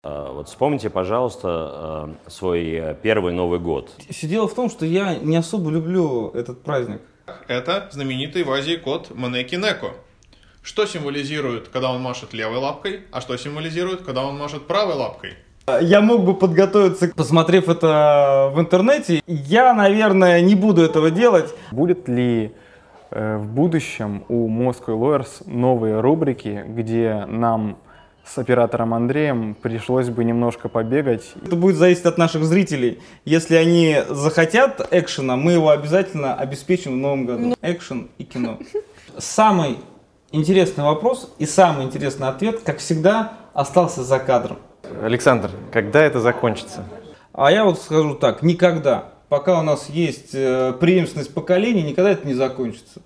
Вот вспомните, пожалуйста, свой первый Новый год. Все дело в том, что я не особо люблю этот праздник. Это знаменитый в Азии кот Манеки-неко. Что символизирует, когда он машет левой лапкой, а что символизирует, когда он машет правой лапкой? Я мог бы подготовиться, посмотрев это в интернете. Я, наверное, не буду этого делать. Будет ли в будущем у Moscow Lawyers новые рубрики, где нам с оператором Андреем пришлось бы немножко побегать? Это будет зависеть от наших зрителей. Если они захотят экшена, мы его обязательно обеспечим в новом году. Экшен и кино. Самый интересный вопрос и самый интересный ответ, как всегда, остался за кадром. Александр, когда это закончится? А я вот скажу так, никогда. Пока у нас есть преемственность поколений, никогда это не закончится.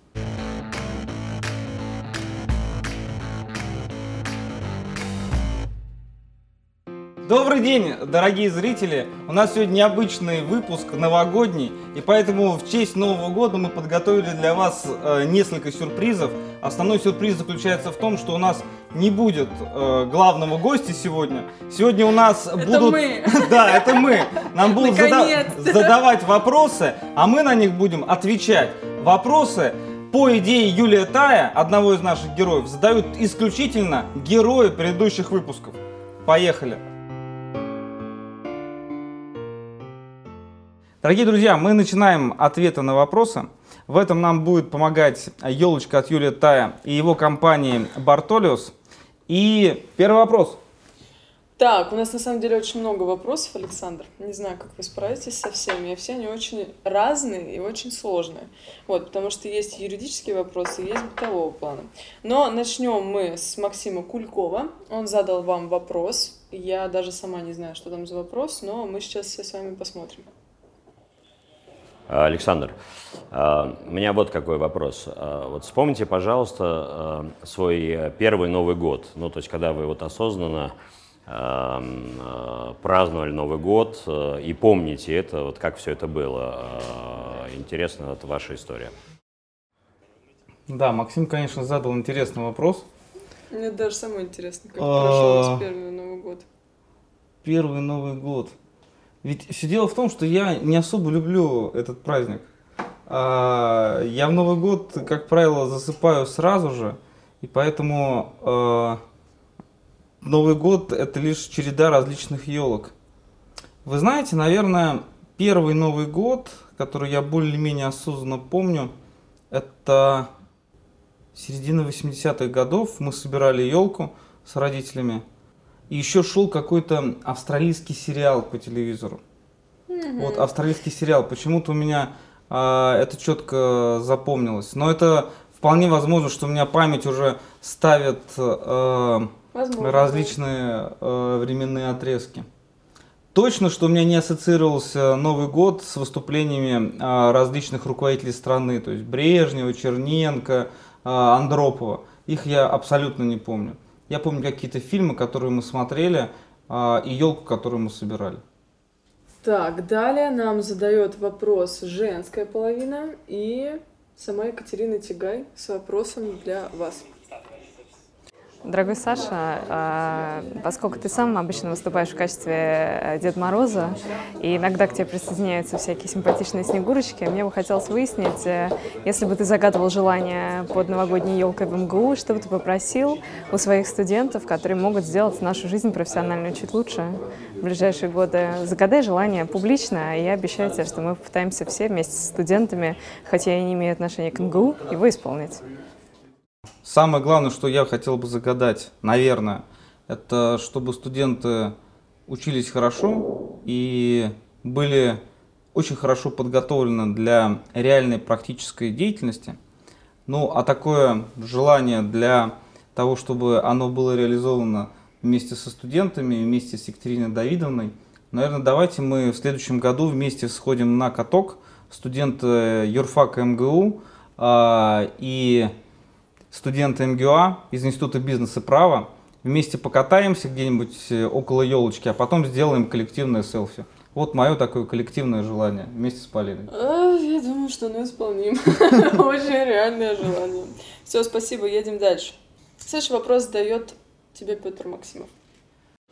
Добрый день, дорогие зрители! У нас сегодня необычный выпуск, новогодний, и поэтому в честь Нового года мы подготовили для вас несколько сюрпризов. Основной сюрприз заключается в том, что у нас не будет главного гостя сегодня. Сегодня у нас будут... мы! Да, это мы! Нам будут задавать вопросы, а мы на них будем отвечать. Вопросы, по идее, Юлия Тая, одного из наших героев, задают исключительно герои предыдущих выпусков. Поехали! Дорогие друзья, мы начинаем ответы на вопросы. В этом нам будет помогать елочка от Юлия Тая и его компании Bartolius. И первый вопрос. Так, у нас на самом деле очень много вопросов, Александр. Не знаю, как вы справитесь со всеми. И все они очень разные и очень сложные. Вот, потому что есть юридические вопросы, есть бытового плана. Но начнем мы с Максима Кулькова. Он задал вам вопрос. Я даже сама не знаю, что там за вопрос, но мы сейчас все с вами посмотрим. Александр, у меня вот какой вопрос. Вот вспомните, пожалуйста, свой первый Новый год. Ну, то есть, когда вы вот осознанно праздновали Новый год и помните это, вот как все это было. Интересна вот ваша история. Да, Максим, конечно, задал интересный вопрос. Мне даже самое интересно, как прошел у вас первый Новый год. Первый Новый год. Ведь все дело в том, что я не особо люблю этот праздник. Я в Новый год, как правило, засыпаю сразу же, и поэтому Новый год — это лишь череда различных елок. Вы знаете, наверное, первый Новый год, который я более-менее осознанно помню, это середина 80-х годов. Мы собирали елку с родителями. И еще шел какой-то австралийский сериал по телевизору. Вот австралийский сериал. Почему-то у меня это четко запомнилось. Но это вполне возможно, что у меня память уже ставит различные временные отрезки. Точно, что у меня не ассоциировался Новый год с выступлениями различных руководителей страны. То есть Брежнева, Черненко, Андропова. Их я абсолютно не помню. Я помню какие-то фильмы, которые мы смотрели, и елку, которую мы собирали. Так, далее нам задает вопрос женская половина и сама Екатерина Тигай с вопросом для вас. Дорогой Саша, поскольку ты сам обычно выступаешь в качестве Деда Мороза, и иногда к тебе присоединяются всякие симпатичные снегурочки, мне бы хотелось выяснить, если бы ты загадывал желание под новогодней елкой в МГУ, что бы ты попросил у своих студентов, которые могут сделать нашу жизнь профессиональную чуть лучше в ближайшие годы. Загадай желание публично, и я обещаю тебе, что мы попытаемся все вместе с студентами, хотя и не имеют отношения к МГУ, его исполнить. Самое главное, что я хотел бы загадать, наверное, это чтобы студенты учились хорошо и были очень хорошо подготовлены для реальной практической деятельности. Ну, а такое желание для того, чтобы оно было реализовано вместе со студентами, вместе с Екатериной Давидовной, наверное, давайте мы в следующем году вместе сходим на каток, студенты юрфака МГУ и студенты МГУА из Института бизнеса и права, вместе покатаемся где-нибудь около елочки, а потом сделаем коллективное селфи. Вот мое такое коллективное желание вместе с Полиной. Я думаю, что оно исполнимо. Очень реальное желание. Все, спасибо, едем дальше. Следующий вопрос задает тебе Петр Максимов.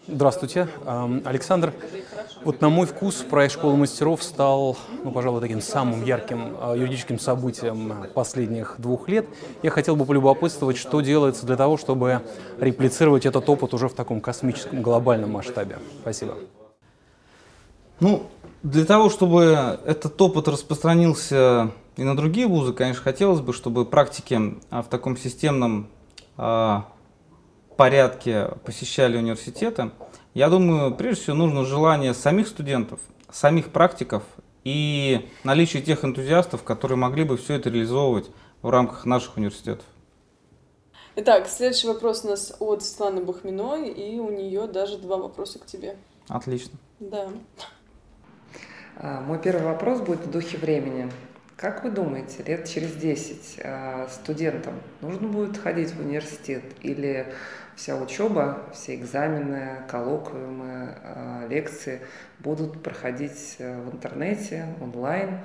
Здравствуйте, Александр. Вот на мой вкус проект «Школа мастеров» стал, пожалуй, таким самым ярким юридическим событием последних 2 лет. Я хотел бы полюбопытствовать, что делается для того, чтобы реплицировать этот опыт уже в таком космическом глобальном масштабе. Спасибо. Для того, чтобы этот опыт распространился и на другие вузы, конечно, хотелось бы, чтобы практики в таком системном порядке посещали университеты. Я думаю, прежде всего нужно желание самих студентов, самих практиков и наличие тех энтузиастов, которые могли бы все это реализовывать в рамках наших университетов. Итак, следующий вопрос у нас от Светланы Бахминой, и у нее даже 2 вопроса к тебе. Отлично. Да. Мой первый вопрос будет в духе времени. Как вы думаете, лет через 10 студентам нужно будет ходить в университет или вся учеба, все экзамены, коллоквиумы, лекции будут проходить в интернете, онлайн?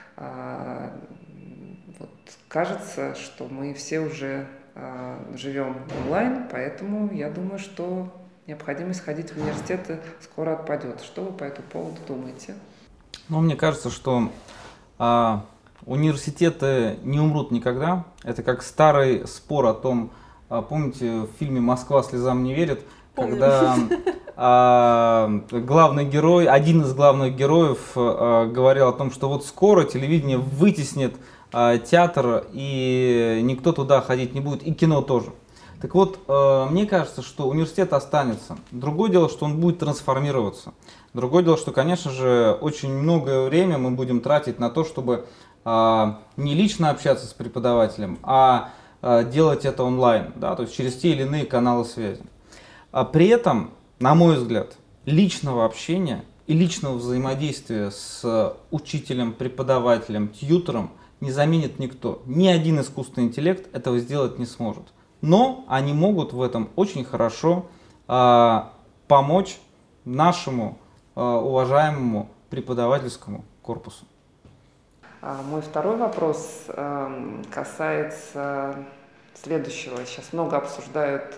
Вот кажется, что мы все уже живем онлайн, поэтому я думаю, что необходимость ходить в университеты скоро отпадет. Что вы по этому поводу думаете? Мне кажется, что университеты не умрут никогда. Это как старый спор о том, помните, в фильме «Москва слезам не верит», когда главный герой, один из главных героев говорил о том, что вот скоро телевидение вытеснит театр, и никто туда ходить не будет, и кино тоже. Так вот, мне кажется, что университет останется. Другое дело, что он будет трансформироваться. Другое дело, что, конечно же, очень многое время мы будем тратить на то, чтобы не лично общаться с преподавателем, а делать это онлайн, да, то есть через те или иные каналы связи. При этом, на мой взгляд, личного общения и личного взаимодействия с учителем, преподавателем, тьютором не заменит никто. Ни один искусственный интеллект этого сделать не сможет. Но они могут в этом очень хорошо помочь нашему уважаемому преподавательскому корпусу. Мой второй вопрос касается следующего. Сейчас много обсуждают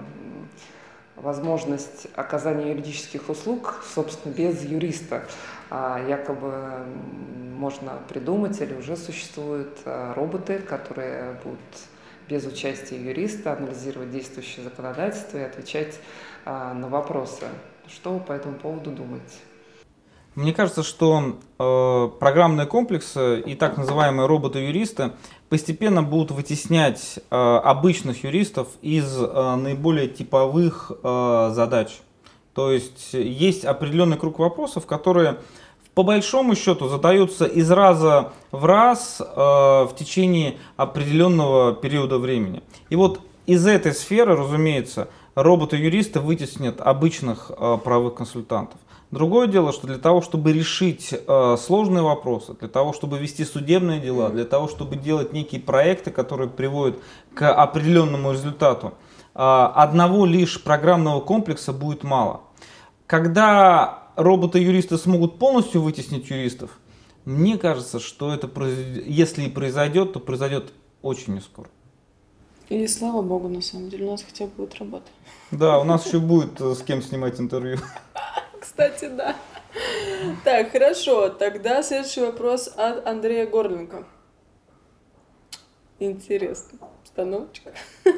возможность оказания юридических услуг, собственно, без юриста. Якобы можно придумать или уже существуют роботы, которые будут без участия юриста анализировать действующее законодательство и отвечать на вопросы. Что вы по этому поводу думаете? Мне кажется, что программные комплексы и так называемые роботы-юристы постепенно будут вытеснять обычных юристов из наиболее типовых задач. То есть определенный круг вопросов, которые по большому счету задаются из раза в раз в течение определенного периода времени. И вот из этой сферы, разумеется, роботы-юристы вытеснят обычных правовых консультантов. Другое дело, что для того, чтобы решить сложные вопросы, для того, чтобы вести судебные дела, для того, чтобы делать некие проекты, которые приводят к определенному результату, одного лишь программного комплекса будет мало. Когда роботы-юристы смогут полностью вытеснить юристов, мне кажется, что это, если и произойдет, то произойдет очень нескоро. И слава богу, на самом деле, у нас хотя бы будет работа. Да, у нас еще будет с кем снимать интервью. Кстати, да. Так, хорошо. Тогда следующий вопрос от Андрея Горленко. Интересно. Становочка.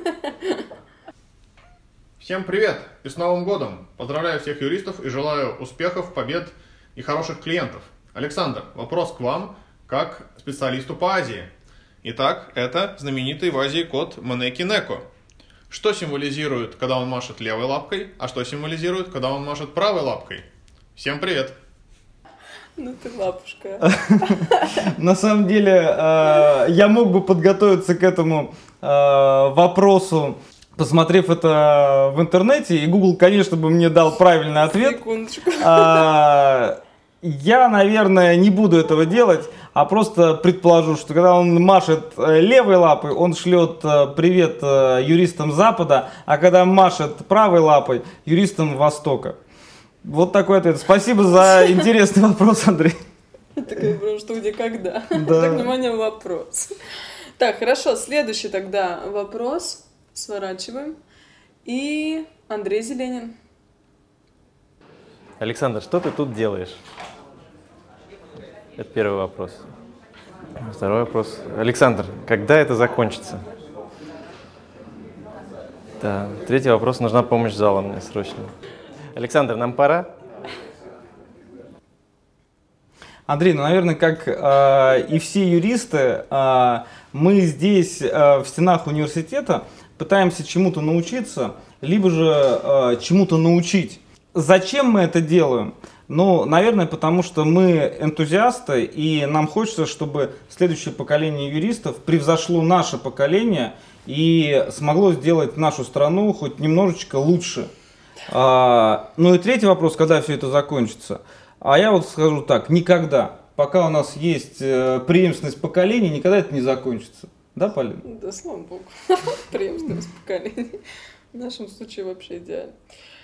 Всем привет и с Новым годом! Поздравляю всех юристов и желаю успехов, побед и хороших клиентов. Александр, вопрос к вам, как специалисту по Азии. Итак, это знаменитый в Азии кот Манеки Неко. Что символизирует, когда он машет левой лапкой, а что символизирует, когда он машет правой лапкой? Всем привет! Ну ты лапушка. На самом деле, я мог бы подготовиться к этому вопросу, посмотрев это в интернете, и Google, конечно, бы мне дал правильный ответ. Секундочку. Я, наверное, не буду этого делать, а просто предположу, что когда он машет левой лапой, он шлет привет юристам Запада, а когда машет правой лапой, юристам Востока. Вот такой ответ. Спасибо за интересный вопрос, Андрей. Такой вопрос, что, где, когда. Да. Так, внимание, вопрос. Так, хорошо, следующий тогда вопрос. Сворачиваем. И Андрей Зеленин. Александр, что ты тут делаешь? Это первый вопрос. Второй вопрос. Александр, когда это закончится? Да. Третий вопрос. Нужна помощь зала мне срочно. Александр, нам пора? Андрей, ну, наверное, как и все юристы, мы здесь, в стенах университета, пытаемся чему-то научиться, либо же чему-то научить. Зачем мы это делаем? Ну, наверное, потому что мы энтузиасты, и нам хочется, чтобы следующее поколение юристов превзошло наше поколение и смогло сделать нашу страну хоть немножечко лучше. Ну и третий вопрос, когда все это закончится. А я вот скажу так, никогда. Пока у нас есть преемственность поколений, никогда это не закончится. Да, Полина? Да, слава богу. Преемственность поколений. В нашем случае вообще идеально.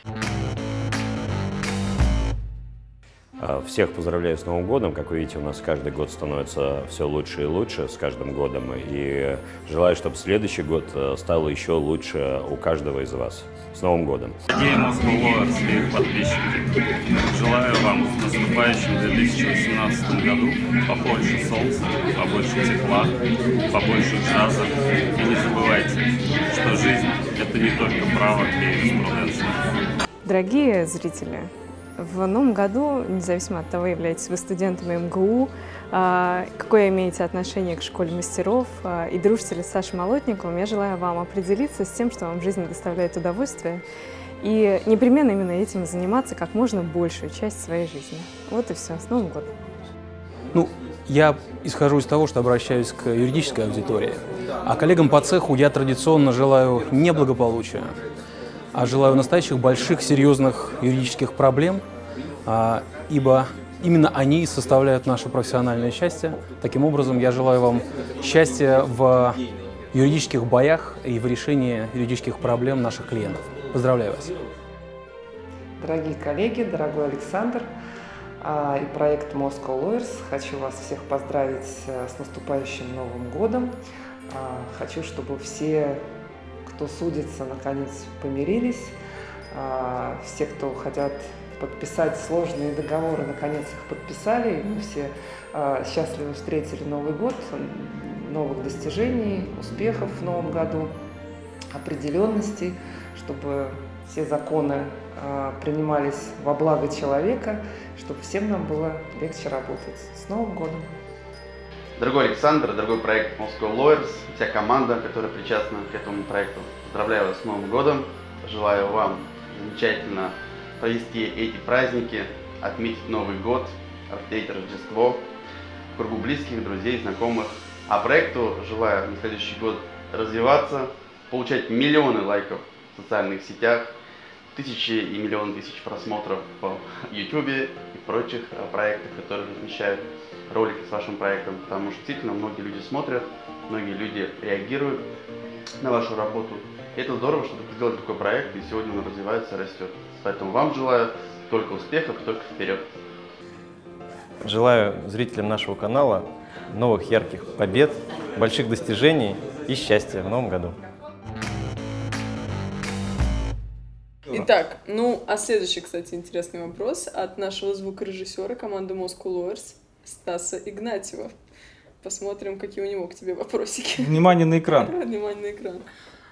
Всех поздравляю с Новым годом. Как вы видите, у нас каждый год становится все лучше и лучше с каждым годом. И желаю, чтобы следующий год стал еще лучше у каждого из вас. С Новым годом! Дорогие Moscow Lawyers и их подписчики, желаю вам в наступающем 2018 году побольше солнца, побольше тепла, побольше джаза. И не забывайте, что жизнь – это не только право и юриспруденция. Дорогие зрители, в новом году, независимо от того, являетесь вы студентами МГУ, какое имеете отношение к школе мастеров и дружите ли с Сашей Молотниковым, я желаю вам определиться с тем, что вам в жизни доставляет удовольствие, и непременно именно этим заниматься как можно большую часть своей жизни. Вот и все. С Новым годом! Ну, я исхожу из того, что обращаюсь к юридической аудитории, а коллегам по цеху я традиционно желаю не благополучия, а желаю настоящих больших, серьезных юридических проблем, ибо именно они составляют наше профессиональное счастье. Таким образом, я желаю вам счастья в юридических боях и в решении юридических проблем наших клиентов. Поздравляю вас! Дорогие коллеги, дорогой Александр и проект Moscow Lawyers, хочу вас всех поздравить с наступающим Новым годом. Хочу, чтобы все, кто судится, наконец помирились. Все, кто хотят подписать сложные договоры, наконец их подписали. И мы все счастливо встретили Новый год, новых достижений, успехов в Новом году, определенностей, чтобы все законы принимались во благо человека, чтобы всем нам было легче работать. С Новым годом! Дорогой Александр, дорогой проект Moscow Lawyers, вся команда, которая причастна к этому проекту, поздравляю вас с Новым годом. Желаю вам замечательно провести эти праздники, отметить Новый год, встретить Рождество в кругу близких, друзей, знакомых. А проекту желаю на следующий год развиваться, получать миллионы лайков в социальных сетях, тысячи и миллионы тысяч просмотров в YouTube и прочих проектах, которые размещают ролики с вашим проектом, потому что действительно многие люди смотрят, многие люди реагируют на вашу работу. И это здорово, что вы сделали такой проект, и сегодня он развивается, растет. Поэтому вам желаю только успехов, только вперед. Желаю зрителям нашего канала новых ярких побед, больших достижений и счастья в новом году. Итак, ну, а следующий, кстати, интересный вопрос от нашего звукорежиссера команды Moscow Lawyers Стаса Игнатьева. Посмотрим, какие у него к тебе вопросики. Внимание на экран. Внимание на экран.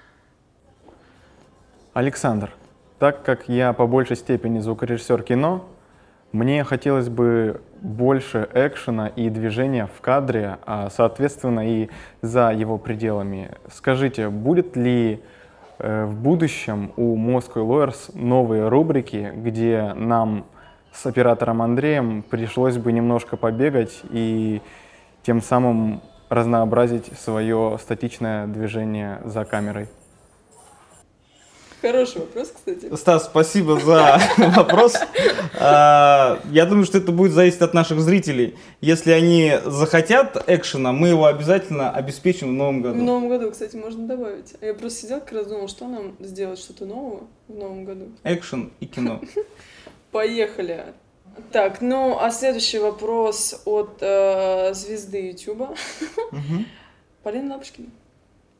Александр, так как я по большей степени звукорежиссер кино, мне хотелось бы больше экшена и движения в кадре, а соответственно и за его пределами. Скажите, будет ли в будущем у Moscow Lawyers новые рубрики, где нам с оператором Андреем пришлось бы немножко побегать и тем самым разнообразить свое статичное движение за камерой? Хороший вопрос, кстати. Стас, спасибо за вопрос. Я думаю, что это будет зависеть от наших зрителей. Если они захотят экшена, мы его обязательно обеспечим в новом году. В новом году, кстати, можно добавить. Я просто сидела, как раз думала, что нам сделать что-то нового в новом году. Экшен и кино. Поехали. Так, ну, а следующий вопрос от звезды Ютуба. Полина Лапушкина.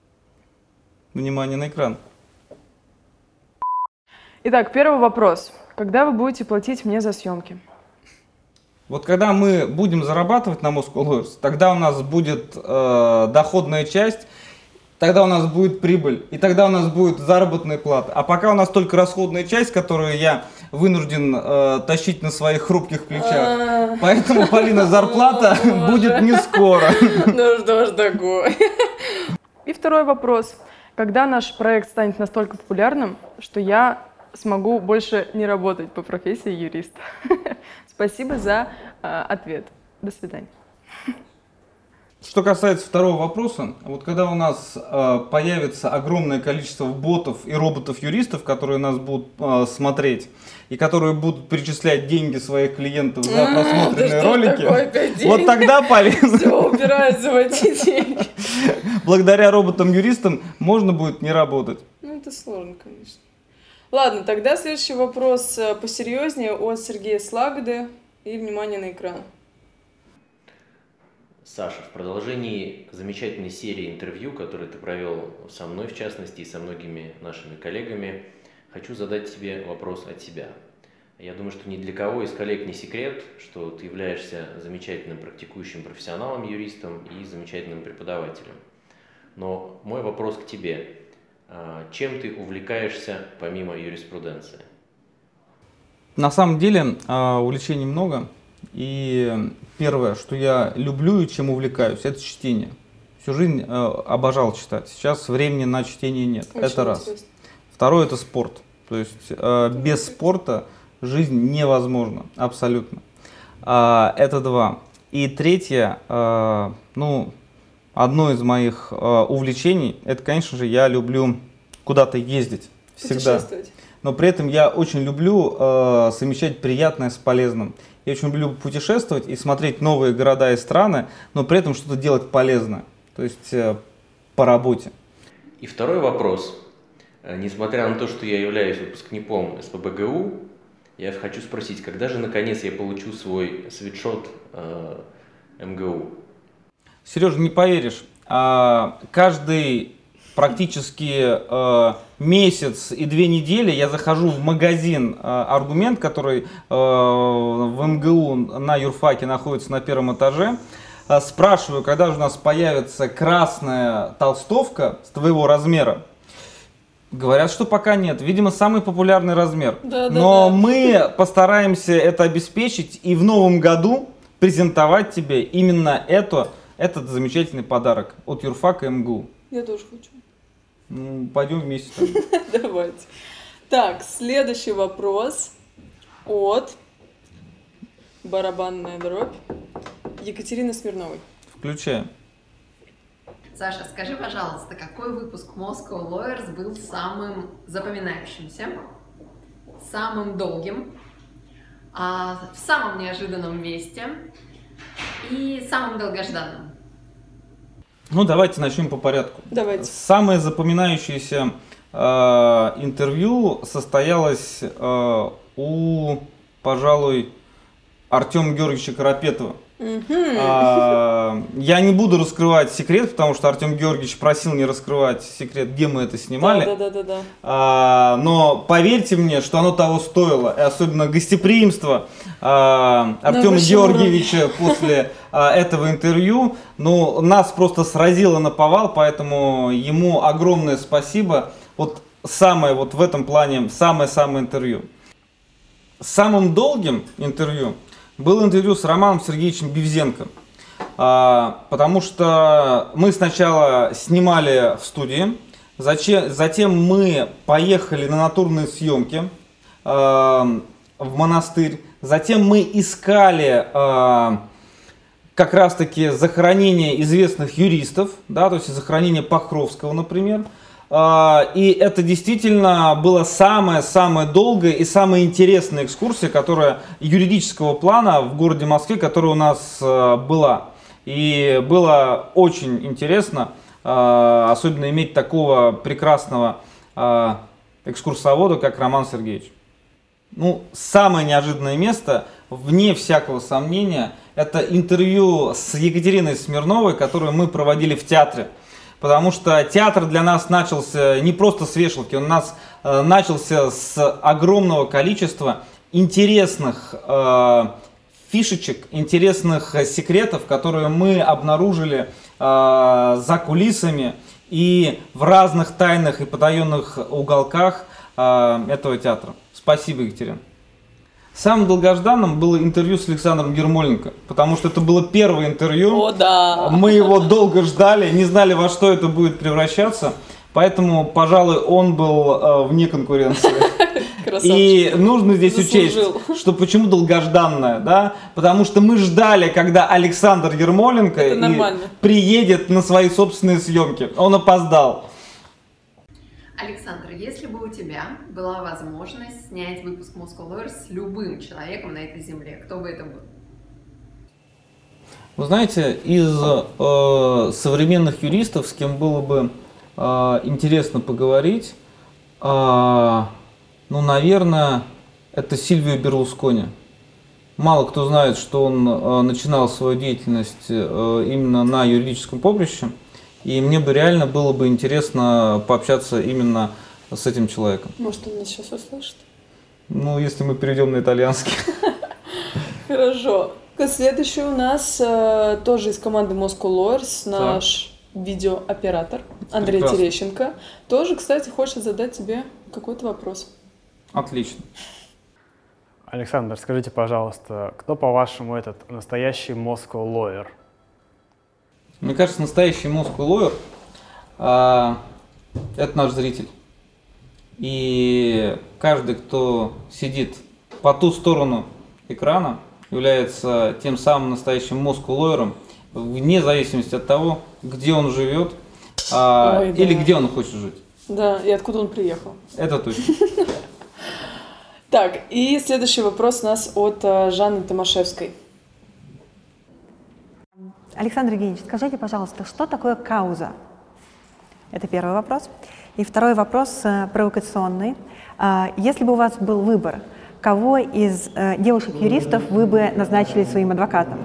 Внимание на экран. Итак, первый вопрос. Когда вы будете платить мне за съемки? Вот когда мы будем зарабатывать на Moscow Lawyers, тогда у нас будет доходная часть, тогда у нас будет прибыль, и тогда у нас будет заработная плата. А пока у нас только расходная часть, которую я вынужден тащить на своих хрупких плечах. Поэтому, Полина, зарплата будет не скоро. Ну что ж такое. И второй вопрос. Когда наш проект станет настолько популярным, что я смогу больше не работать по профессии юриста? Спасибо за ответ. До свидания. Что касается второго вопроса, вот когда у нас появится огромное количество ботов и роботов-юристов, которые нас будут смотреть и которые будут перечислять деньги своих клиентов за просмотренные ролики, вот тогда, Полина, все убирается в эти деньги. Благодаря роботам-юристам можно будет не работать. Ну, это сложно, конечно. Ладно, тогда следующий вопрос посерьезнее от Сергея Слагоды. И внимание на экран. Саша, в продолжении замечательной серии интервью, которые ты провел со мной, в частности, и со многими нашими коллегами, хочу задать тебе вопрос от себя. Я думаю, что ни для кого из коллег не секрет, что ты являешься замечательным практикующим профессионалом, юристом и замечательным преподавателем. Но мой вопрос к тебе. Чем ты увлекаешься помимо юриспруденции? На самом деле увлечений много. И первое, что я люблю и чем увлекаюсь, это чтение. Всю жизнь обожал читать. Сейчас времени на чтение нет. Очень это раз. интересно. Второе, это спорт. То есть без спорта жизнь невозможна. Абсолютно. Это два. И третье, одно из моих увлечений, это, конечно же, я люблю куда-то ездить. Всегда. Путешествовать. Но при этом я очень люблю совмещать приятное с полезным. Я очень люблю путешествовать и смотреть новые города и страны, но при этом что-то делать полезное, то есть по работе. И второй вопрос. Несмотря на то, что я являюсь выпускником СПбГУ, я хочу спросить, когда же наконец я получу свой свитшот МГУ? Сережа, не поверишь, каждый практически месяц и 2 недели я захожу в магазин «Аргумент», который в МГУ на юрфаке находится на 1-м этаже. Спрашиваю, когда же у нас появится красная толстовка с твоего размера. Говорят, что пока нет. Видимо, самый популярный размер. Но мы постараемся это обеспечить и в новом году презентовать тебе именно этот замечательный подарок от юрфака и МГУ. Я тоже хочу. Ну, пойдем вместе. Давайте. Так, следующий вопрос от барабанная дробь Екатерины Смирновой. Включаем. Саша, скажи, пожалуйста, какой выпуск Moscow Lawyers был самым запоминающимся, самым долгим, в самом неожиданном месте и самым долгожданным? Ну, давайте начнем по порядку. Давайте. Самое запоминающееся интервью состоялось у, пожалуй, Артема Георгиевича Карапетова. Я не буду раскрывать секрет, потому что Артем Георгиевич просил не раскрывать секрет, где мы это снимали. Но поверьте мне, что оно того стоило. И особенно гостеприимство Артема Георгиевича после этого интервью. Ну, нас просто сразило наповал, поэтому ему огромное спасибо. Вот самое вот в этом плане, самое-самое интервью. Самым долгим интервью было интервью с Романом Сергеевичем Бевзенко, потому что мы сначала снимали в студии, затем мы поехали на натурные съемки в монастырь, затем мы искали как раз-таки захоронение известных юристов, да, то есть захоронение Покровского, например. И это действительно была самая-самая долгая и самая интересная экскурсия, которая юридического плана в городе Москве, которая у нас была. И было очень интересно, особенно иметь такого прекрасного экскурсовода, как Роман Сергеевич. Ну, самое неожиданное место, вне всякого сомнения, это интервью с Екатериной Смирновой, которое мы проводили в театре. Потому что театр для нас начался не просто с вешалки, он у нас начался с огромного количества интересных фишечек, интересных секретов, которые мы обнаружили за кулисами и в разных тайных и потаенных уголках этого театра. Спасибо, Екатерина. Самым долгожданным было интервью с Александром Ермоленко, потому что это было первое интервью. О, да. Мы его долго ждали, не знали, во что это будет превращаться, поэтому, пожалуй, он был вне конкуренции. И нужно здесь учесть, что почему долгожданное, да? Потому что мы ждали, когда Александр Ермоленко приедет на свои собственные съемки. Он опоздал. Александр, если бы у тебя была возможность снять выпуск Moscow Lawyers с любым человеком на этой земле, кто бы это был? Вы знаете, из современных юристов, с кем было бы интересно поговорить, ну, наверное, это Сильвио Берлускони. Мало кто знает, что он начинал свою деятельность именно на юридическом поприще. И мне бы реально было бы интересно пообщаться именно с этим человеком. Может, он нас сейчас услышит? Ну, если мы перейдем на итальянский. Хорошо. Следующий у нас тоже из команды Moscow Lawyers, наш видеооператор Андрей Терещенко. Тоже, кстати, хочет задать тебе какой-то вопрос. Отлично. Александр, скажите, пожалуйста, кто, по-вашему, этот настоящий Moscow Lawyer? Мне кажется, настоящий Moscow Lawyer это наш зритель. И каждый, кто сидит по ту сторону экрана, является тем самым настоящим Moscow Lawyer, вне зависимости от того, где он живет или где он хочет жить. Да, и откуда он приехал. Это точно. Так, и следующий вопрос у нас от Жанны Томашевской. Александр Евгеньевич, скажите, пожалуйста, что такое кауза? Это первый вопрос. И второй вопрос провокационный. Если бы у вас был выбор, кого из девушек-юристов вы бы назначили своим адвокатом?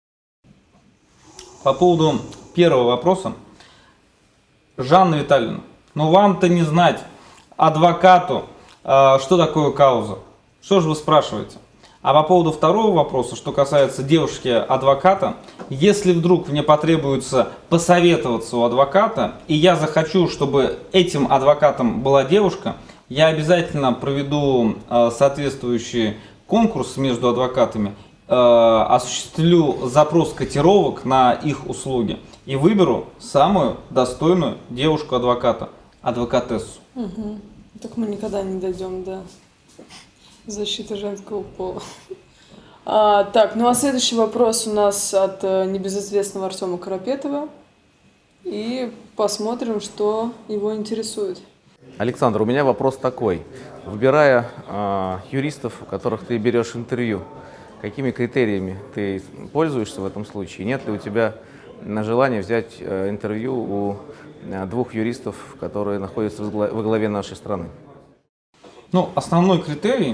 По поводу первого вопроса. Жанна Витальевна, ну вам-то не знать, адвокату, что такое кауза. Что же вы спрашиваете? А по поводу второго вопроса, что касается девушки-адвоката, если вдруг мне потребуется посоветоваться у адвоката, и я захочу, чтобы этим адвокатом была девушка, я обязательно проведу соответствующий конкурс между адвокатами, осуществлю запрос котировок на их услуги и выберу самую достойную девушку-адвоката, адвокатессу. Угу. Так мы никогда не дойдем до защиты женского пола. Так, ну а следующий вопрос у нас от небезызвестного Артема Карапетова. И посмотрим, что его интересует. Александр, у меня вопрос такой. Выбирая юристов, у которых ты берешь интервью, какими критериями ты пользуешься в этом случае? Нет ли у тебя желания взять интервью у двух юристов, которые находятся во главе нашей страны? Ну, основной критерий,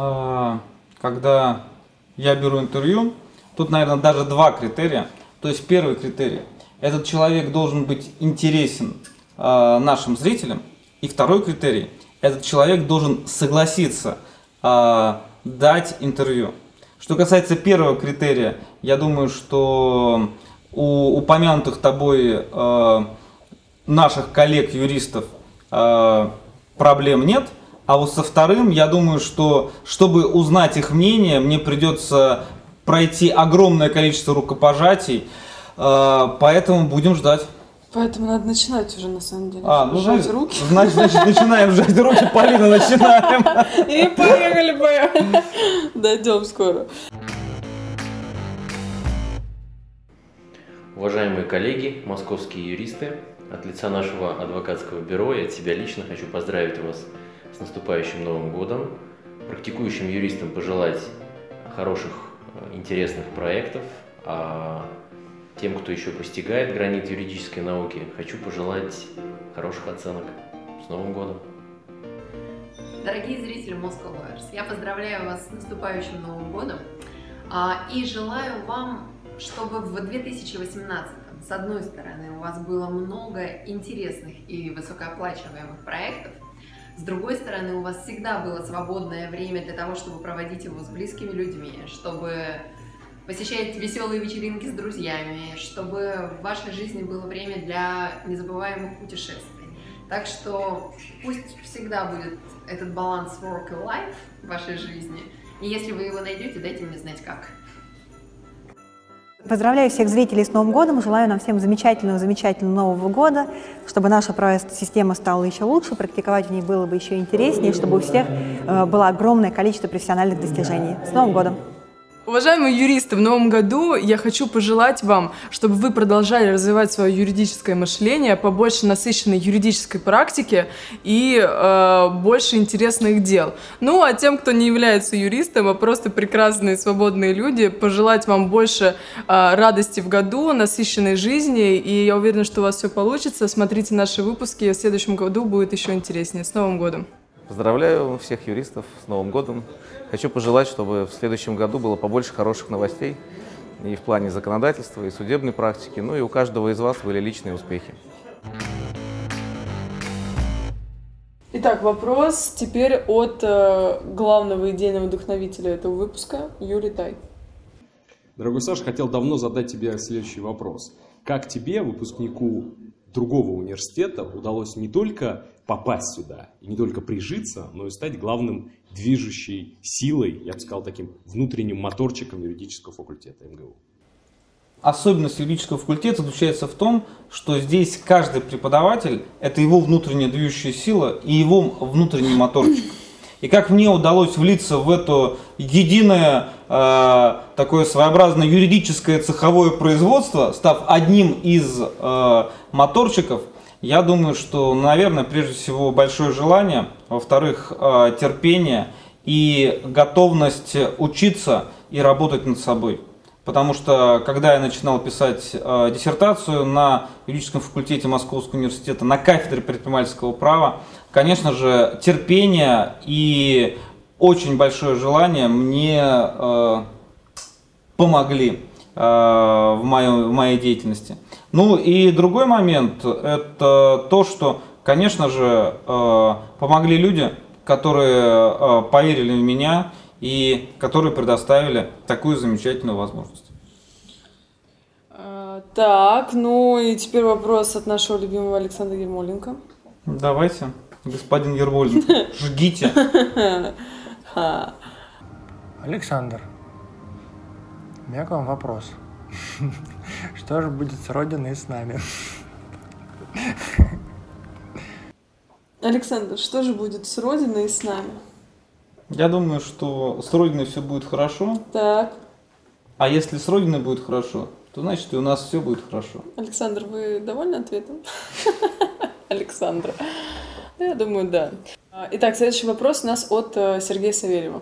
когда я беру интервью, тут, наверное, даже два критерия. То есть первый критерий – этот человек должен быть интересен нашим зрителям. И второй критерий – этот человек должен согласиться дать интервью. Что касается первого критерия, я думаю, что у упомянутых тобой наших коллег-юристов проблем нет. А вот со вторым, я думаю, что чтобы узнать их мнение, мне придется пройти огромное количество рукопожатий, поэтому будем ждать. Поэтому надо начинать уже, на самом деле. Жать руки. Значит, начинаем жать руки, Полина, начинаем. И поехали. Дойдем скоро. Уважаемые коллеги, московские юристы, от лица нашего адвокатского бюро и от себя лично хочу поздравить вас с наступающим Новым годом. Практикующим юристам пожелать хороших, интересных проектов, а тем, кто еще постигает гранит юридической науки, хочу пожелать хороших оценок. С Новым годом! Дорогие зрители Moscow Lawyers, я поздравляю вас с наступающим Новым годом и желаю вам, чтобы в 2018 С одной стороны, у вас было много интересных и высокооплачиваемых проектов. С другой стороны, у вас всегда было свободное время для того, чтобы проводить его с близкими людьми, чтобы посещать веселые вечеринки с друзьями, чтобы в вашей жизни было время для незабываемых путешествий. Так что пусть всегда будет этот баланс work и life в вашей жизни. И если вы его найдете, дайте мне знать как. Поздравляю всех зрителей с Новым годом, желаю нам всем замечательного Нового года, чтобы наша система стала еще лучше, практиковать в ней было бы еще интереснее, чтобы у всех было огромное количество профессиональных достижений. С Новым годом! Уважаемые юристы, в новом году я хочу пожелать вам, чтобы вы продолжали развивать свое юридическое мышление, побольше насыщенной юридической практики и больше интересных дел. Ну, а тем, кто не является юристом, а просто прекрасные свободные люди, пожелать вам больше радости в году, насыщенной жизни, и я уверена, что у вас все получится. Смотрите наши выпуски, в следующем году будет еще интереснее. С Новым годом! Поздравляю всех юристов с Новым годом. Хочу пожелать, чтобы в следующем году было побольше хороших новостей и в плане законодательства, и судебной практики, ну и у каждого из вас были личные успехи. Итак, вопрос теперь от главного идейного вдохновителя этого выпуска, Юрий Тай. Дорогой Саша, хотел давно задать тебе следующий вопрос. Как тебе, выпускнику другого университета, удалось не только попасть сюда и не только прижиться, но и стать главным движущей силой, я бы сказал, таким внутренним моторчиком юридического факультета МГУ? Особенность юридического факультета заключается в том, что здесь каждый преподаватель – это его внутренняя движущая сила и его внутренний моторчик. И как мне удалось влиться в это единое, такое своеобразное юридическое цеховое производство, став одним из моторчиков, я думаю, что, наверное, прежде всего большое желание, во-вторых, терпение и готовность учиться и работать над собой. Потому что, когда я начинал писать диссертацию на юридическом факультете Московского университета на кафедре предпринимательского права, конечно же, терпение и очень большое желание мне помогли в моей деятельности. Ну и другой момент, это то, что, конечно же, помогли люди, которые поверили в меня и которые предоставили такую замечательную возможность. Так, ну и теперь вопрос от нашего любимого Александра Ермоленко. Давайте, господин Ермоленко, жгите. Александр, у меня к вам вопрос. Что же будет с Родиной и с нами? Александр, что же будет с Родиной и с нами? Я думаю, что с Родиной все будет хорошо. Так. А если с Родиной будет хорошо, то значит и у нас все будет хорошо. Александр, вы довольны ответом? Александра. Я думаю, да. Итак, следующий вопрос у нас от Сергея Савельева.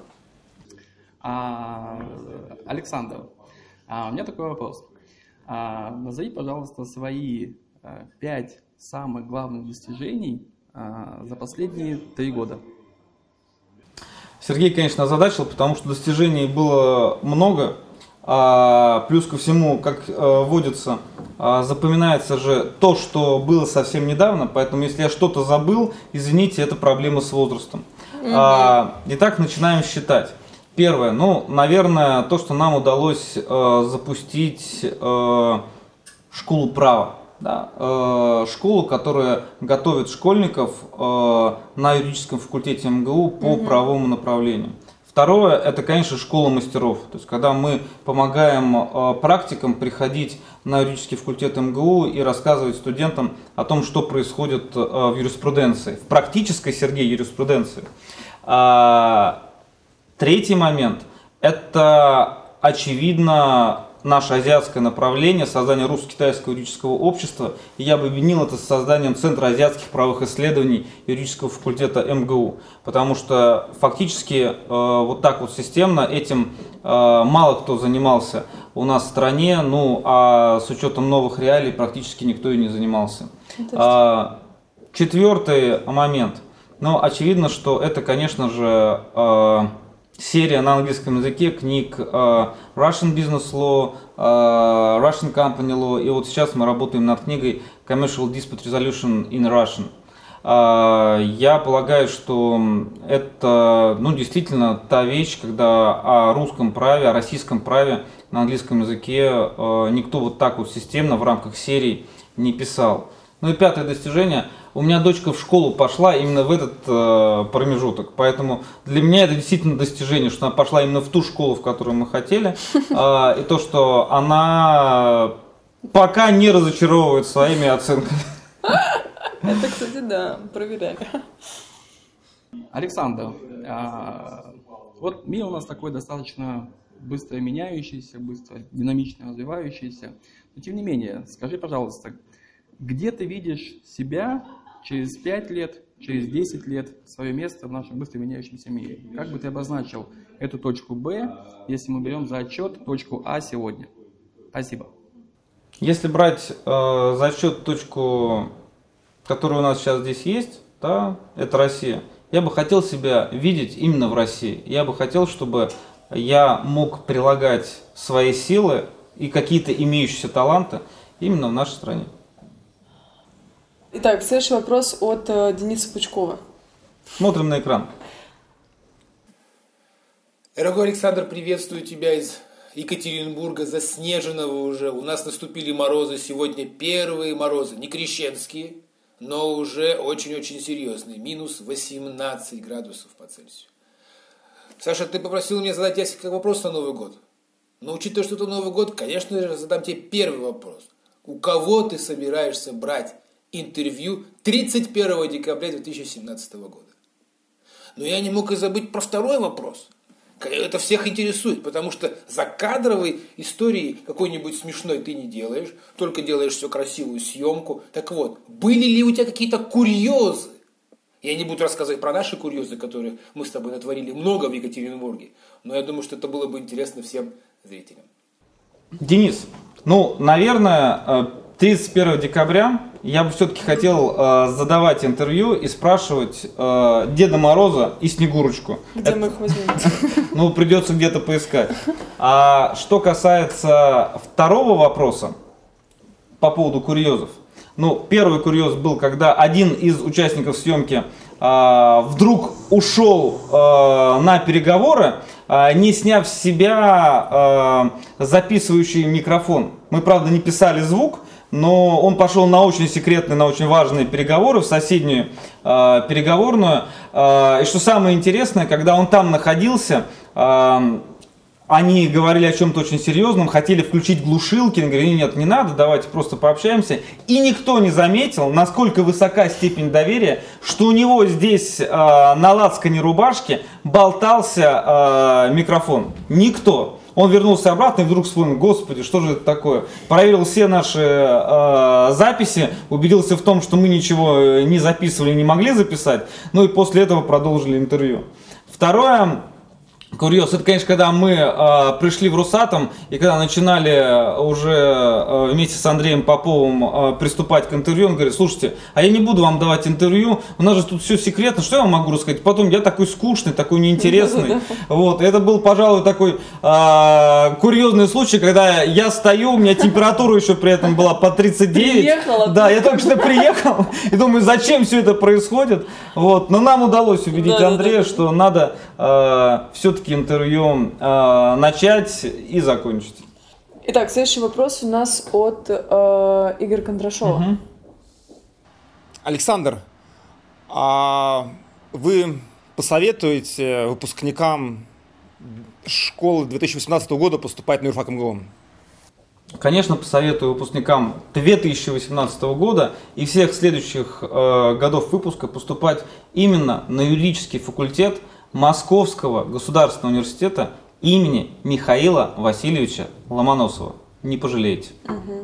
Александр, у меня такой вопрос. Назови, пожалуйста, свои 5 самых главных достижений за последние 3 года. Сергей, конечно, озадачил, потому что достижений было много. Плюс ко всему, как водится, запоминается же то, что было совсем недавно. Поэтому, если я что-то забыл, извините, это проблема с возрастом. Итак, начинаем считать. Первое, ну, наверное, то, что нам удалось запустить школу права. Да, школу, которая готовит школьников на юридическом факультете МГУ по правовому направлению. Второе, это, конечно, школа мастеров. То есть, когда мы помогаем практикам приходить на юридический факультет МГУ и рассказывать студентам о том, что происходит в юриспруденции, в практической, Сергей, юриспруденции. Третий момент, это, очевидно, наше азиатское направление, создание русско-китайского юридического общества. И я бы объединил это с созданием Центра азиатских правовых исследований юридического факультета МГУ. Потому что фактически вот так вот системно этим мало кто занимался у нас в стране, ну а с учетом новых реалий практически никто и не занимался. Четвертый момент. Ну, очевидно, что это, конечно же, серия на английском языке книг Russian Business Law, Russian Company Law, и вот сейчас мы работаем над книгой Commercial Dispute Resolution in Russian. Я полагаю, что это действительно та вещь, когда о русском праве, о российском праве на английском языке никто вот так вот системно в рамках серий не писал. Ну и пятое достижение. У меня дочка в школу пошла именно в этот промежуток, поэтому для меня это действительно достижение, что она пошла именно в ту школу, в которую мы хотели, и то, что она пока не разочаровывает своими оценками. Это, кстати, да, проверяли. Александр, вот мир у нас такой достаточно быстро меняющийся, быстро динамично развивающийся. Но тем не менее, скажи, пожалуйста, где ты видишь себя через 5 лет, через 10 лет, свое место в нашем быстро меняющемся мире? Как бы ты обозначил эту точку Б, если мы берем за отчет точку А сегодня? Спасибо. Если брать за счет точку, которая у нас сейчас здесь есть, да, это Россия, я бы хотел себя видеть именно в России. Я бы хотел, чтобы я мог прилагать свои силы и какие-то имеющиеся таланты именно в нашей стране. Итак, следующий вопрос от Дениса Пучкова. Смотрим на экран. Дорогой Александр, приветствую тебя из Екатеринбурга, заснеженного уже. У нас наступили морозы сегодня, первые морозы, не крещенские, но уже очень-очень серьезные. Минус 18 градусов по Цельсию. Саша, ты попросил меня задать несколько вопросов на Новый год. Но учитывая, что это Новый год, конечно же, задам тебе первый вопрос. У кого ты собираешься брать интервью 31 декабря 2017 года? Но я не мог и забыть про второй вопрос. Это всех интересует, потому что закадровой истории какой-нибудь смешной ты не делаешь, только делаешь все красивую съемку. Так вот, были ли у тебя какие-то курьезы? Я не буду рассказывать про наши курьезы, которые мы с тобой натворили много в Екатеринбурге, но я думаю, что это было бы интересно всем зрителям. Денис, наверное, 31 декабря я бы все-таки хотел задавать интервью и спрашивать Деда Мороза и Снегурочку. Где мы их возьмем? Придется где-то поискать. А что касается второго вопроса по поводу курьезов. Первый курьез был, когда один из участников съемки вдруг ушел на переговоры, не сняв с себя записывающий микрофон. Мы, правда, не писали звук, но он пошел на очень секретные, на очень важные переговоры в соседнюю переговорную. И что самое интересное, когда он там находился, они говорили о чем-то очень серьезном, хотели включить глушилки, они говорили, нет, не надо, давайте просто пообщаемся. И никто не заметил, насколько высока степень доверия, что у него здесь на лацкане рубашки болтался микрофон. Никто. Он вернулся обратно и вдруг вспомнил, господи, что же это такое? Проверил все наши записи, убедился в том, что мы ничего не записывали, не могли записать, и после этого продолжили интервью. Второе. Курьез, это, конечно, когда мы пришли в Росатом и когда начинали уже вместе с Андреем Поповым приступать к интервью, он говорит, слушайте, а я не буду вам давать интервью, у нас же тут все секретно, что я вам могу рассказать? Потом я такой скучный, такой неинтересный. Вот, это был, пожалуй, такой курьезный случай, когда я стою, у меня температура еще при этом была по 39. Приехала. Да, я только что приехал и думаю, зачем все это происходит. Вот, но нам удалось убедить Андрея, что надо все-таки интервью начать и закончить. Итак, следующий вопрос у нас от Игоря Кондрашова. Александр, а вы посоветуете выпускникам школы 2018 года поступать на юрфак МГУ? Конечно, посоветую выпускникам 2018 года и всех следующих годов выпуска поступать именно на юридический факультет Московского государственного университета имени Михаила Васильевича Ломоносова. Не пожалеете.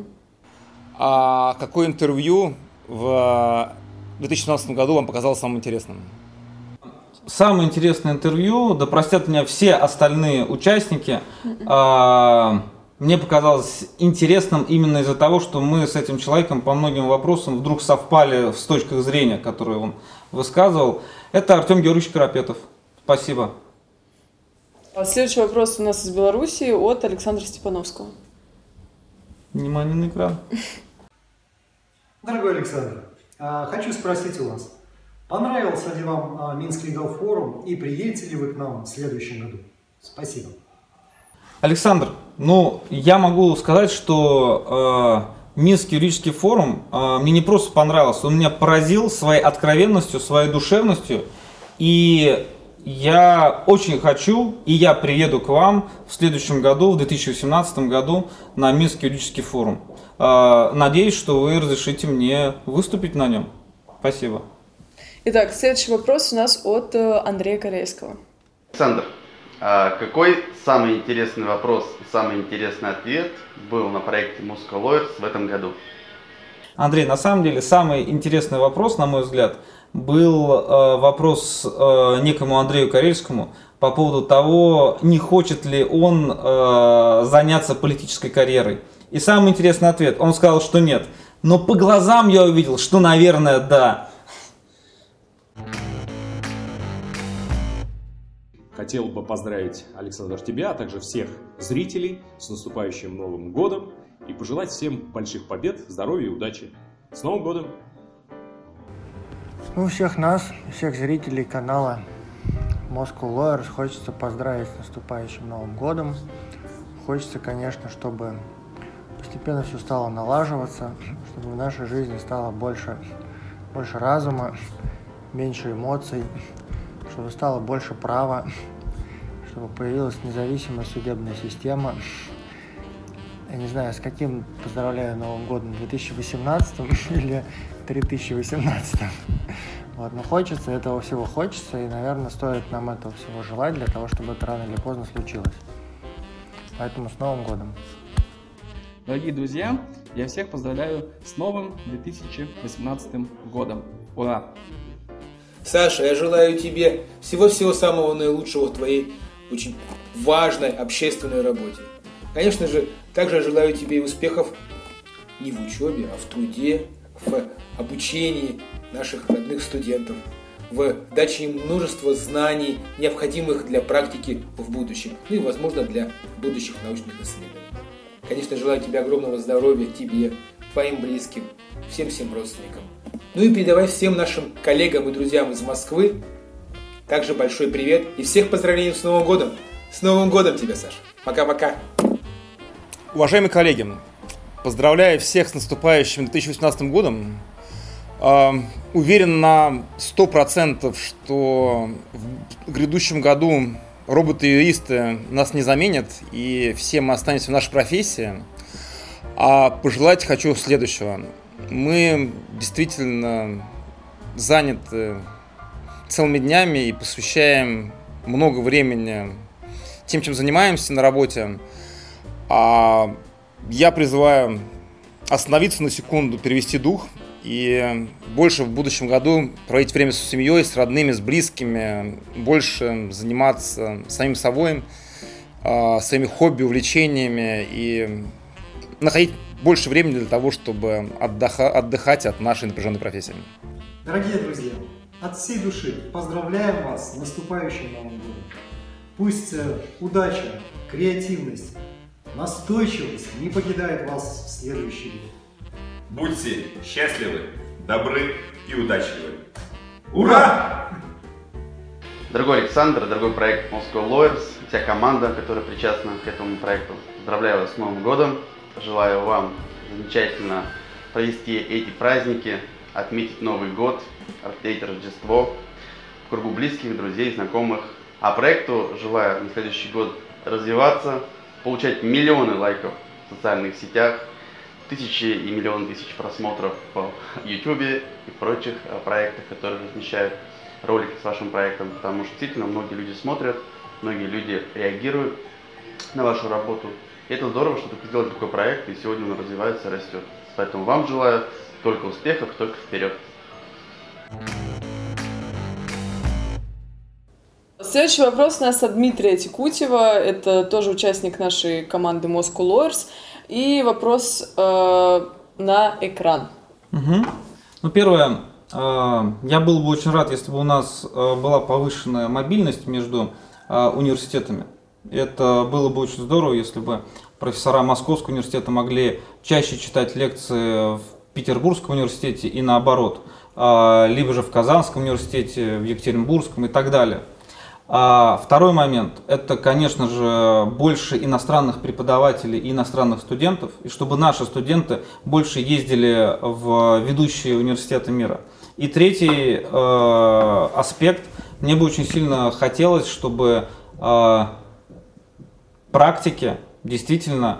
А какое интервью в 2017 году вам показалось самым интересным? Самое интересное интервью, да простят меня все остальные участники, мне показалось интересным именно из-за того, что мы с этим человеком по многим вопросам вдруг совпали с точках зрения, которые он высказывал. Это Артем Георгиевич Карапетов. Спасибо. Следующий вопрос у нас из Беларуси от Александра Степановского. Внимание на экран. Дорогой Александр, хочу спросить у вас, понравился ли вам Минский Голфорум и приедете ли вы к нам в следующем году? Спасибо. Александр, ну, я могу сказать, что Минский юридический форум мне не просто понравился, он меня поразил своей откровенностью, своей душевностью. И я очень хочу, и я приеду к вам в следующем году, в 2018 году, на Минский юридический форум. Надеюсь, что вы разрешите мне выступить на нем. Спасибо. Итак, следующий вопрос у нас от Андрея Корейского. Александр, какой самый интересный вопрос и самый интересный ответ был на проекте Moscow Lawyers в этом году? Андрей, на самом деле, самый интересный вопрос, на мой взгляд, был вопрос некому Андрею Карельскому по поводу того, не хочет ли он заняться политической карьерой. И самый интересный ответ, он сказал, что нет. Но по глазам я увидел, что, наверное, да. Хотел бы поздравить, Александр, тебя, а также всех зрителей с наступающим Новым годом и пожелать всем больших побед, здоровья и удачи. С Новым годом! Ну, всех нас, всех зрителей канала Moscow Lawyers хочется поздравить с наступающим Новым годом. Хочется, конечно, чтобы постепенно все стало налаживаться, чтобы в нашей жизни стало больше разума, меньше эмоций, чтобы стало больше права, чтобы появилась независимая судебная система. Я не знаю, с каким поздравляю Новым годом, 2018 или 3018. Вот, но хочется, этого всего хочется, и, наверное, стоит нам этого всего желать для того, чтобы это рано или поздно случилось. Поэтому с Новым годом! Дорогие друзья, я всех поздравляю с новым 2018 годом. Ура! Саша, я желаю тебе всего-всего самого наилучшего в твоей очень важной общественной работе. Конечно же, также желаю тебе успехов не в учебе, а в труде, в обучении наших родных студентов, в даче им множества знаний, необходимых для практики в будущем, ну и, возможно, для будущих научных исследований. Конечно, желаю тебе огромного здоровья, тебе, твоим близким, всем родственникам. Ну и передавай всем нашим коллегам и друзьям из Москвы также большой привет и всех поздравлений с Новым годом. С Новым годом тебя, Саша. Пока-пока. Уважаемые коллеги, поздравляю всех с наступающим 2018 годом. Уверен на 100%, что в грядущем году роботы-юристы нас не заменят, и все мы останемся в нашей профессии. А пожелать хочу следующего. Мы действительно заняты целыми днями и посвящаем много времени тем, чем занимаемся на работе. А я призываю остановиться на секунду, перевести дух и больше в будущем году проводить время с семьей, с родными, с близкими, больше заниматься самим собой, своими хобби, увлечениями и находить больше времени для того, чтобы отдыхать от нашей напряженной профессии. Дорогие друзья, от всей души поздравляем вас с наступающим Новым годом. Пусть удача, креативность, настойчивость не покидает вас в следующий год. Будьте счастливы, добры и удачливы. Ура! Дорогой Александр, дорогой проект Moscow Lawyers, вся команда, которая причастна к этому проекту, поздравляю вас с Новым годом. Желаю вам замечательно провести эти праздники, отметить Новый год, отметить Рождество в кругу близких, друзей, знакомых. А проекту желаю на следующий год развиваться, получать миллионы лайков в социальных сетях, тысячи и миллионы тысяч просмотров по YouTube и прочих проектах, которые размещают ролики с вашим проектом, потому что действительно многие люди смотрят, многие люди реагируют на вашу работу. И это здорово, что вы сделали такой проект, и сегодня он развивается и растет. Поэтому вам желаю только успехов, только вперед. Следующий вопрос у нас от Дмитрия Текутева. Это тоже участник нашей команды Moscow Lawyers. И вопрос на экран. Ну, первое. Я был бы очень рад, если бы у нас была повышенная мобильность между университетами. Это было бы очень здорово, если бы профессора Московского университета могли чаще читать лекции в Петербургском университете и наоборот, либо же в Казанском университете, в Екатеринбургском и так далее. Второй момент – это, конечно же, больше иностранных преподавателей и иностранных студентов, и чтобы наши студенты больше ездили в ведущие университеты мира. И третий аспект – мне бы очень сильно хотелось, чтобы практики действительно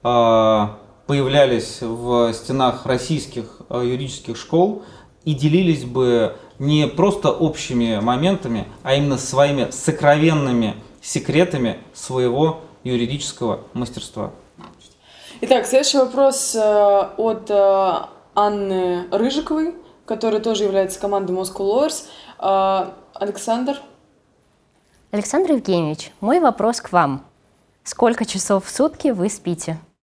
появлялись в стенах российских юридических школ и делились бы не просто общими моментами, а именно своими сокровенными секретами своего юридического мастерства. Итак, следующий вопрос от Анны Рыжиковой, которая тоже является командой Moscow Lawyers. Александр. Александр Евгеньевич, мой вопрос к вам. Сколько часов в сутки вы спите?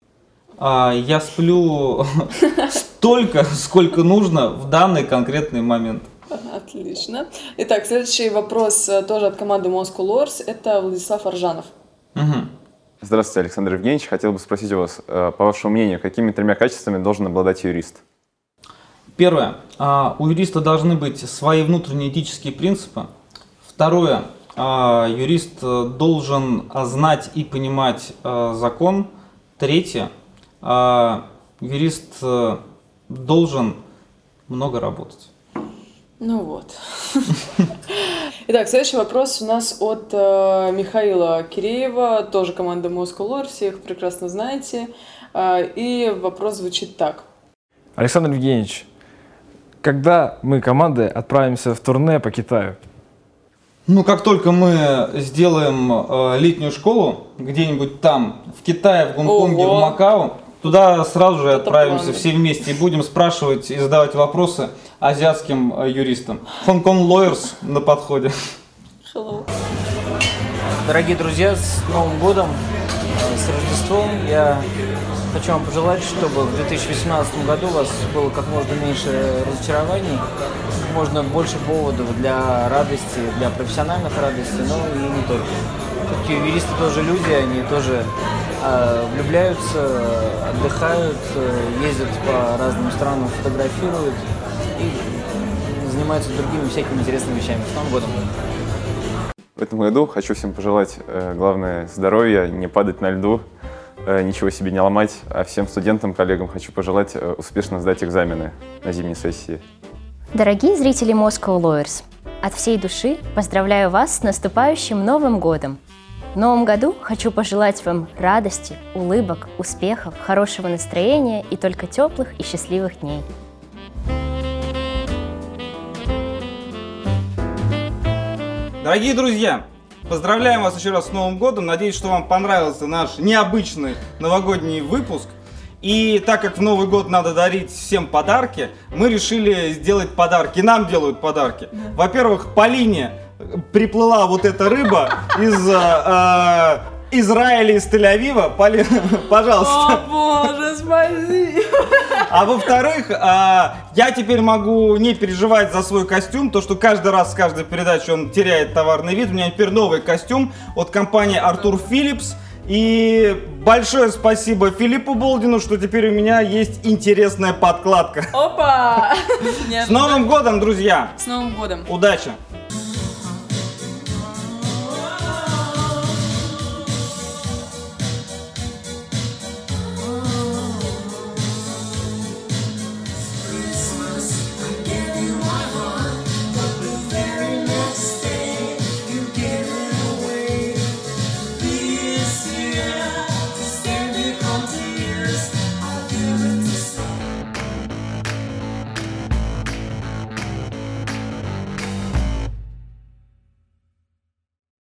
Я сплю столько, сколько нужно в данный конкретный момент. Отлично. Итак, следующий вопрос тоже от команды Moscow Lawyers. Это Владислав Аржанов. Здравствуйте, Александр Евгеньевич. Хотел бы спросить у вас, по вашему мнению, какими 3 качествами должен обладать юрист? Первое. У юриста должны быть свои внутренние этические принципы. Второе. Юрист должен знать и понимать закон. Третье. Юрист должен много работать. Ну вот. Итак, следующий вопрос у нас от Михаила Киреева, тоже команда Moscow Lawyers, все их прекрасно знаете. И вопрос звучит так. Александр Евгеньевич, когда мы командой отправимся в турне по Китаю? Ну, как только мы сделаем летнюю школу где-нибудь там, в Китае, в Гонконге, в Макао, туда сразу же отправимся все вместе и будем спрашивать и задавать вопросы азиатским юристам. Hong Kong Lawyers на подходе. Hello. Дорогие друзья, с Новым годом, с Рождеством. Я хочу вам пожелать, чтобы в 2018 году у вас было как можно меньше разочарований, как можно больше поводов для радости, для профессиональных радостей, но и не только. Все-таки юристы тоже люди, они тоже влюбляются, отдыхают, ездят по разным странам, фотографируют и занимаются другими всякими интересными вещами. С Новым годом! В этом году хочу всем пожелать, главное, здоровья, не падать на льду, ничего себе не ломать, а всем студентам, коллегам хочу пожелать успешно сдать экзамены на зимней сессии. Дорогие зрители Moscow Lawyers, от всей души поздравляю вас с наступающим Новым годом! В Новом году хочу пожелать вам радости, улыбок, успехов, хорошего настроения и только теплых и счастливых дней. Дорогие друзья, поздравляем вас еще раз с Новым годом. Надеюсь, что вам понравился наш необычный новогодний выпуск. И так как в Новый год надо дарить всем подарки, мы решили сделать подарки. Нам делают подарки. Во-первых, Полине приплыла вот эта рыба из Израиля, из Тель-Авива. Полина, пожалуйста. О боже, спасибо. А во-вторых, я теперь могу не переживать за свой костюм, то что каждый раз с каждой передачи он теряет товарный вид. У меня теперь новый костюм от компании Артур Филлипс. И большое спасибо Филиппу Болдину, что теперь у меня есть интересная подкладка. Опа! С Новым годом, друзья! С Новым годом! Удачи!